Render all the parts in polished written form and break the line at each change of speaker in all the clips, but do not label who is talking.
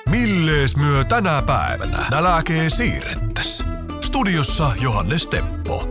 Millees myö tänä päivänä nälkee siirrettäs? Studiossa Johannes Teppo.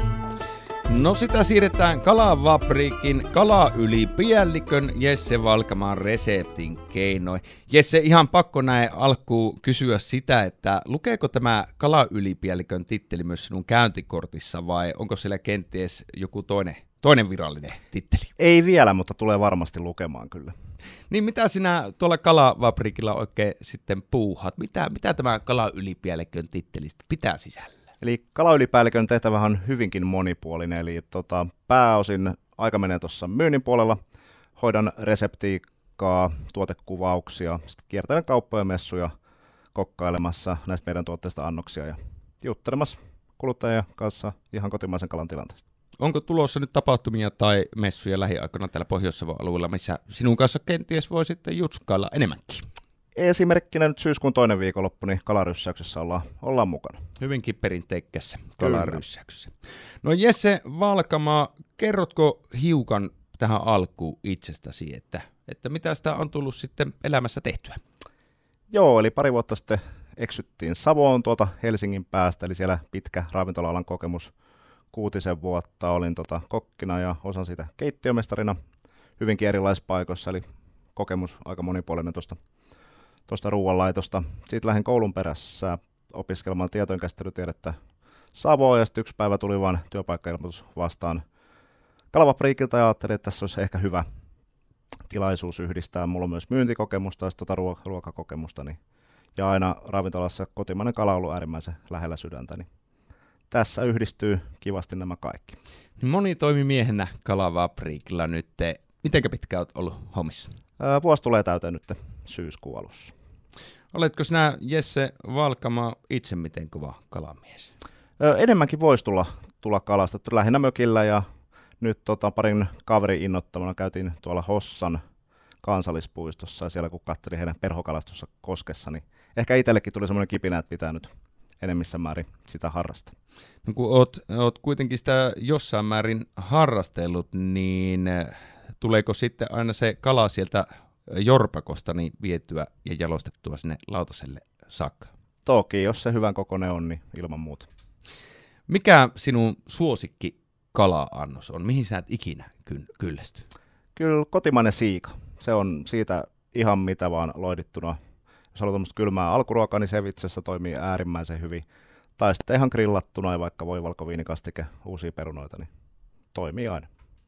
No sitä siirretään Kalavapriikin kalaylipäällikön Jesse Valkamaan reseptin keinoin. Jesse, ihan pakko näin alkuun kysyä sitä, että lukeeko tämä kalaylipäällikön titteli myös sinun käyntikortissa vai onko siellä kenties joku toinen virallinen titteli?
Ei vielä, mutta tulee varmasti lukemaan kyllä.
Niin mitä sinä tuolla Kalavapriikilla oikein sitten puuhat? Mitä tämä kalaylipäällikön tittelistä pitää sisällä?
Eli kalaylipäällikön tehtävä on hyvinkin monipuolinen, eli pääosin aika menee tuossa myynnin puolella. Hoidan reseptiikkaa, tuotekuvauksia, sitten kiertelen kauppoja, messuja, kokkailemassa näistä meidän tuotteista annoksia ja juttelemassa kuluttajien kanssa ihan kotimaisen kalan tilanteesta.
Onko tulossa nyt tapahtumia tai messuja lähiaikoina täällä Pohjois-Savon alueella, missä sinun kanssa kenties voi sitten jutskailla enemmänkin?
Esimerkkinä nyt syyskuun toinen viikonloppu, niin kalaryssäyksessä ollaan mukana.
Hyvinkin perinteikässä kalaryssäyksessä. No Jesse Valkamaa, kerrotko hiukan tähän alkuun itsestäsi, että mitä sitä on tullut sitten elämässä tehtyä?
Joo, eli pari vuotta sitten eksyttiin Savoon tuolta Helsingin päästä, eli siellä pitkä ravintola-alan kokemus. 6 vuotta olin kokkina ja osan siitä keittiömestarina hyvinkin erilaisissa paikoissa, eli kokemus aika monipuolinen tuosta ruoanlaitosta. Sitten lähdin koulun perässä opiskelemaan tietojenkäsittelytiedettä Savoon, ja sitten yksi päivä tuli vain työpaikkailmoitus vastaan Kalavapriikilta, ja ajattelin, että tässä olisi ehkä hyvä tilaisuus yhdistää. Mulla on myös myyntikokemusta ja ruokakokemusta, ja aina ravintolassa kotimainen kala on ollut äärimmäisen lähellä sydäntä, niin tässä yhdistyy kivasti nämä kaikki.
Monitoimimiehenä Kalavapriikilla nyt. Mitenkä pitkään olet ollut hommissa?
Vuosi tulee täyteen nyt syyskuun alussa.
Oletko sinä, Jesse Valkamaa, itse miten kova kalamies?
Enemmänkin voisi tulla kalastettu lähinnä mökillä, ja nyt parin kaverin innottamana käytiin tuolla Hossan kansallispuistossa, ja siellä kun katselin heidän perhokalastussa koskessa, niin ehkä itsellekin tuli semmoinen kipinä, että pitää nyt enemmissä määrin sitä harrastaa.
No kun oot kuitenkin sitä jossain määrin harrastellut, niin tuleeko sitten aina se kala sieltä jorpakosta niin vietyä ja jalostettua sinne lautaselle saakka?
Toki, jos se hyvän kokoinen on, niin ilman muuta.
Mikä sinun suosikki kala-annos on? Mihin sä et ikinä kyllästy?
Kyllä kotimainen siika. Se on siitä ihan mitä vaan loidittuna. Jos haluaa tuommoista kylmää alkuruokaa, niin se vitsessä toimii äärimmäisen hyvin. Tai sitten ihan grillattuna, ja vaikka voi valkoviinikastike, uusia perunoita, niin toimii aina.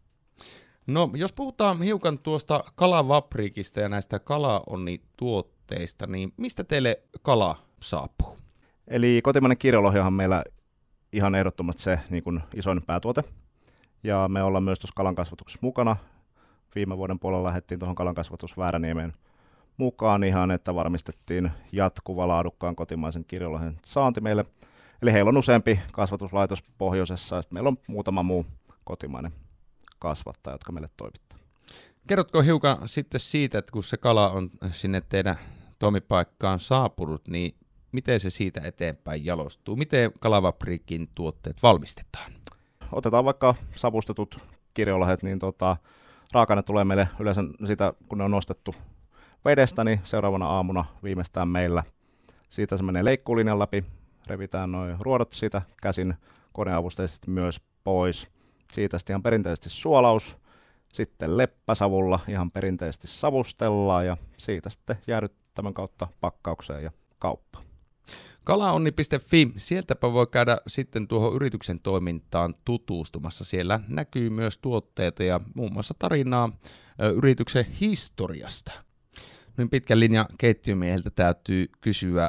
No, jos puhutaan hiukan tuosta Kalavapriikista ja näistä kalaonnituotteista, niin mistä teille kala saapuu?
Eli kotimainen kirjolohja on meillä ihan ehdottomasti se niin kuin isoin päätuote. Ja me ollaan myös tuossa kalankasvatuksessa mukana. Viime vuoden puolella lähdettiin tuohon kalankasvatus Vääräniemeen mukaan ihan, että varmistettiin jatkuva laadukkaan kotimaisen kirjolohjan saanti meille. Eli heillä on useampi kasvatuslaitos pohjoisessa, ja sitten meillä on muutama muu kotimainen kasvattaja, jotka meille toimittaa.
Kerrotko hiukan sitten siitä, että kun se kala on sinne teidän toimipaikkaan saapunut, niin miten se siitä eteenpäin jalostuu? Miten Kalavapriikin tuotteet valmistetaan?
Otetaan vaikka savustetut kirjolohet, niin raaka-aine tulee meille yleensä siitä, kun ne on nostettu vedestä, niin seuraavana aamuna viimeistään meillä. Siitä se menee leikkuulinjan läpi, revitään noin ruodot siitä käsin koneavusteisesti myös pois. Siitä sitten ihan perinteisesti suolaus, sitten leppäsavulla ihan perinteisesti savustellaan, ja siitä sitten jäädyttämän kautta pakkaukseen ja kauppaan.
Kalaonni.fi, sieltäpä voi käydä sitten tuohon yrityksen toimintaan tutustumassa. Siellä näkyy myös tuotteita ja muun muassa tarinaa yrityksen historiasta. Niin pitkän linjan keittiömieheltä täytyy kysyä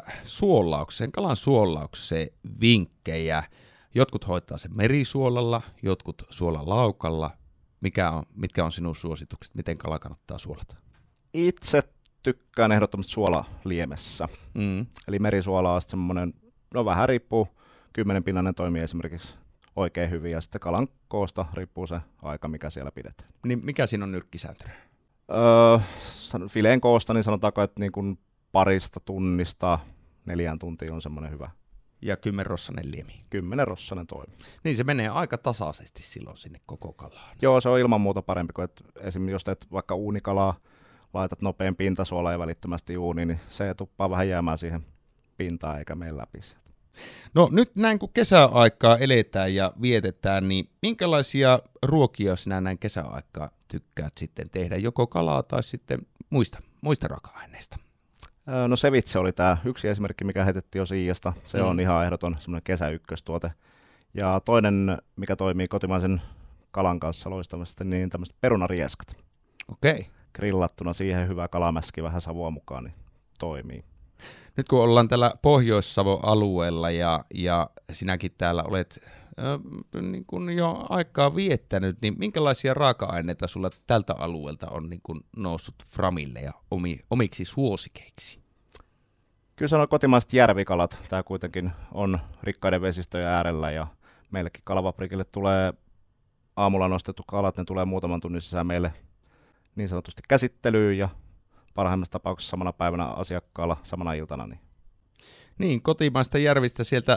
kalan suolaukseen vinkkejä. Jotkut hoitaa sen merisuolalla, jotkut suolalaukalla. Mitkä on sinun suositukset, miten kala kannattaa suolata?
Itse tykkään ehdottomasti suolaliemessä. Eli merisuola on semmoinen, no vähän riippuu, 10-pinnainen toimii esimerkiksi oikein hyvin, ja sitten kalan koosta riippuu se aika, mikä siellä pidetään.
Niin mikä siinä on nyrkkisääntönä?
Fileen koosta, niin sanotaanko, että niin kuin 2 4 tuntia on semmoinen hyvä.
Ja 10-rossanen liemi.
10-rossanen toimii.
Niin se menee aika tasaisesti silloin sinne koko kalaan.
Joo, se on ilman muuta parempi kuin, että esimerkiksi jos teet vaikka uunikalaa, laitat nopein pintasuola ja välittömästi uuniin, niin se tuppaa vähän jäämään siihen pintaan eikä mene läpi sieltä.
No nyt näin kun kesäaikaa eletään ja vietetään, niin minkälaisia ruokia sinä näin kesäaikaa tykkäät sitten tehdä, joko kalaa tai sitten muista raaka-aineista?
No ceviche oli tämä yksi esimerkki, mikä heitettiin jo Siijasta. Se on ihan ehdoton semmoinen kesäykköstuote. Ja toinen, mikä toimii kotimaisen kalan kanssa loistavasti, niin tämmöiset perunarieskat.
Okei.
Grillattuna siihen hyvä kalamäski vähän savua mukaan, niin toimii.
Nyt kun ollaan tällä Pohjois-Savon alueella ja sinäkin täällä olet niin kun jo aikaa viettänyt, niin minkälaisia raaka-aineita sulla tältä alueelta on niin kun noussut framille ja omiksi suosikeiksi?
Kyllä se on kotimaiset järvikalat. Tämä kuitenkin on rikkaiden vesistöjen äärellä ja meillekin Kalavaprikille tulee aamulla nostettu kalat, ne tulee muutaman tunnin sisään meille niin sanotusti käsittelyyn ja parhaimmassa tapauksessa samana päivänä asiakkaalla samana iltana.
Niin, kotimaista järvistä sieltä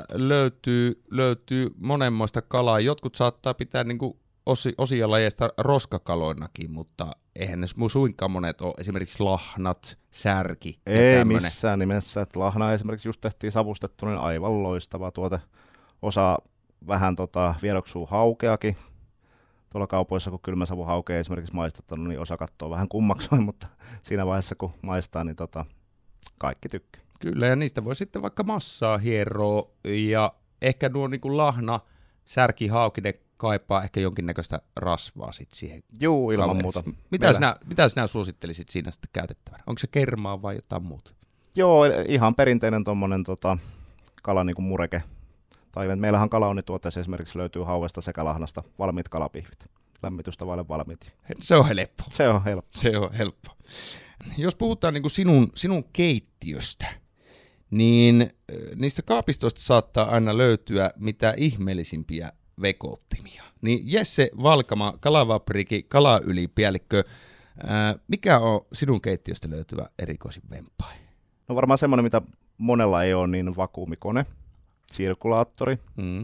löytyy monenmoista kalaa. Jotkut saattaa pitää niin kuin osia lajeista roskakaloinakin, mutta eihän ne suinkaan monet ole. Esimerkiksi lahnat, särki ja
ei
tämmönen.
Missään nimessä. Että lahna esimerkiksi just tehtiin savustettu, niin aivan loistava tuote. Osa vähän viedoksuu haukeakin. Tuolla kaupoissa, kun kylmäsavu haukea esimerkiksi maistattanut, niin osa kattoo vähän kummaksoi, mutta siinä vaiheessa, kun maistaa, niin kaikki tykkää.
Kyllä, ja niistä voi sitten vaikka massaa hieroa, ja ehkä nuo niin kuin lahna, särki, hauki, ne kaipaa ehkä jonkinnäköistä rasvaa sitten siihen.
Juu, ilman muuta.
Mitä sinä suosittelisit siinä sitten käytettävänä? Onko se kermaa vai jotain muuta?
Joo, ihan perinteinen tuommoinen kala niin kuin mureke. Tai meillähän kalaonnituotteessa esimerkiksi löytyy hauvesta sekä lahnasta valmiit kalapihvit. Lämmitystä vaille valmiit.
Se on helppo.
Se on helppo.
Jos puhutaan niin kuin sinun keittiöstä, niin niistä kaapistoista saattaa aina löytyä mitä ihmeellisimpiä vekottimia. Niin Jesse Valkama, Kalavapriki, kalaylipäällikkö, mikä on sinun keittiöstä löytyvä erikoisin vemppai?
No varmaan semmoinen, mitä monella ei ole, niin vakuumikone, sirkulaattori.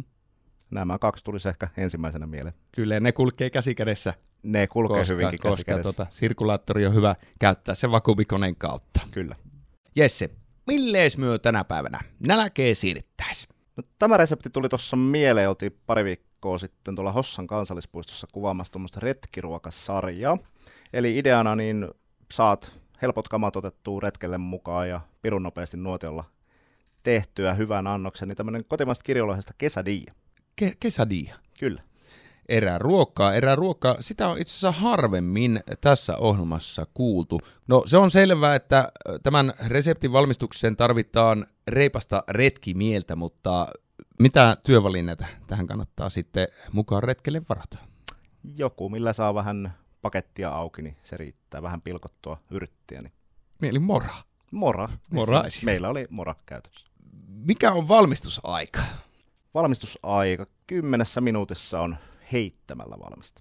Nämä kaksi tulisi ehkä ensimmäisenä mieleen.
Kyllä, ne kulkee käsikädessä.
Ne kulkee hyvinkin käsikädessä.
Sirkulaattori on hyvä käyttää sen vakuumikoneen kautta.
Kyllä.
Jesse, millees myö tänä päivänä nälkää siirrettäis?
No, tämä resepti tuli tuossa mieleen, oltiin pari viikkoa sitten tuolla Hossan kansallispuistossa kuvaamassa tuommoista retkiruokasarjaa. Eli ideana niin saat helpot kamat otettua retkelle mukaan ja pirun nopeasti nuotiolla tehtyä hyvän annoksen, niin tämmöinen kotimaista kirjolohesta quesadilla.
Quesadilla?
Kyllä.
Eräruokaa. Sitä on itse asiassa harvemmin tässä ohjelmassa kuultu. No se on selvää, että tämän reseptin valmistukseen tarvitaan reipasta retkimieltä, mutta mitä työvälineitä tähän kannattaa sitten mukaan retkelle varata?
Joku, millä saa vähän pakettia auki, niin se riittää. Vähän pilkottua yrttiä. Niin.
Eli mora.
Mora. Meillä oli mora käytössä.
Mikä on valmistusaika?
Valmistusaika 10 minuutissa on heittämällä valmista.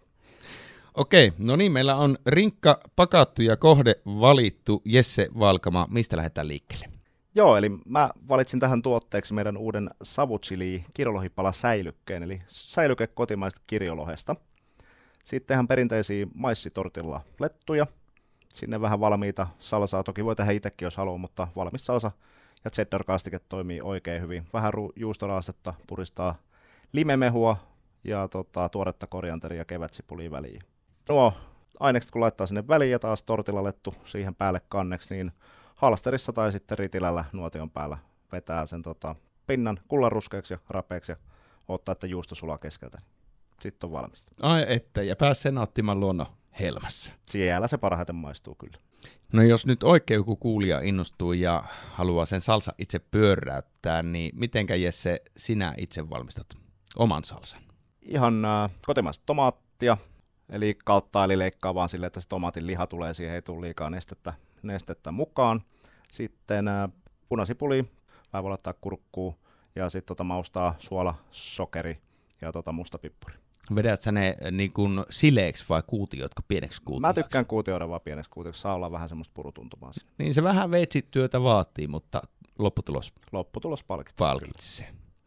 Okei, no niin, meillä on rinkka pakattu ja kohde valittu. Jesse Valkama, mistä lähdetään liikkeelle?
Joo, eli mä valitsin tähän tuotteeksi meidän uuden savuchili kirjolohipala säilykkeen, eli säilyke kotimaista kirjolohesta. Sitten ihan perinteisiä maissitortilla lettuja. Sinne vähän valmiita salsaa, toki voi tehdä itsekin jos haluaa, mutta valmis salsa ja cheddar-kastike toimii oikein hyvin. Vähän juustoraastetta, puristaa limemehua ja tuoretta korianteria ja kevätsipulia väliin. Nuo ainekset kun laittaa sinne väliin ja taas tortilalettu siihen päälle kanneksi, niin halsterissa tai sitten ritilällä nuotion päällä vetää sen pinnan kullanruskeaksi ja rapeaksi ja ottaa, että juusto sulaa keskeltä. Sitten on valmista.
Ai että, ja pääs sen nauttimaan luonnon helmässä.
Siellä se parhaiten maistuu kyllä.
No jos nyt oikein joku kuulija innostuu ja haluaa sen salsa itse pyöräyttää, niin mitenkä Jesse sinä itse valmistat oman salsan?
Ihan kotimaista tomaattia, eli kalttaa, eli leikkaa vaan silleen, että se tomaatin liha tulee siihen, ei tule liikaa nestettä mukaan. Sitten punasipuli, vähän voi laittaa kurkkuu ja sitten maustaa suola, sokeri ja mustapippuri.
Vedät sä ne niin kuin sileeksi vai kuutioitko pieneksi kuutioiksi?
Mä tykkään kuutioida vaan pieneksi kuutioiksi, saa olla vähän semmoista purutuntumaa siinä.
Niin se vähän veitsit työtä vaatii, mutta lopputulos
palkitsee.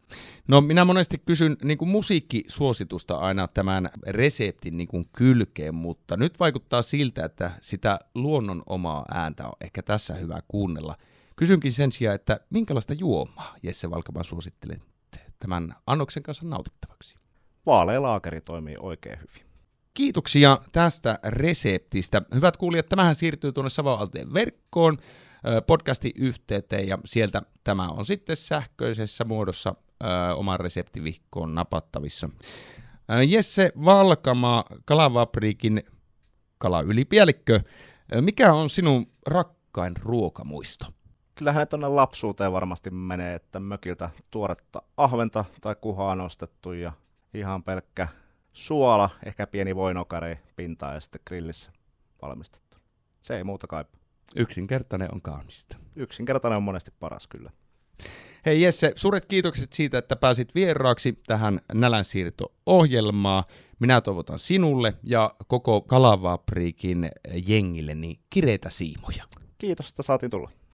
No minä monesti kysyn niin kuin musiikkisuositusta aina tämän reseptin niin kuin kylkeen, mutta nyt vaikuttaa siltä, että sitä luonnon omaa ääntä on ehkä tässä hyvä kuunnella. Kysynkin sen sijaan, että minkälaista juomaa Jesse Valkama suosittelet tämän annoksen kanssa nautittavaksi?
Vaalea laakeri toimii oikein hyvin.
Kiitoksia tästä reseptistä. Hyvät kuulijat, tämähän siirtyy tuonne Savoalteen verkkoon podcastin yhteyteen ja sieltä tämä on sitten sähköisessä muodossa oman reseptivihkoon napattavissa. Jesse Valkama, Kalavapriikin kalaylipäällikkö, mikä on sinun rakkain ruokamuisto?
Kyllähän tuonne lapsuuteen varmasti menee, että mökiltä tuoretta ahventa tai kuhaa nostettu ja ihan pelkkä suola, ehkä pieni voinokari pintaa ja sitten grillissä valmistettu. Se ei muuta kaipaa.
Yksinkertainen on kaunista.
Yksinkertainen on monesti paras kyllä.
Hei Jesse, suuret kiitokset siitä, että pääsit vieraaksi tähän Nälänsiirto-ohjelmaan. Minä toivotan sinulle ja koko Kalavapriikin jengille niin kireitä siimoja.
Kiitos, että saatiin tulla.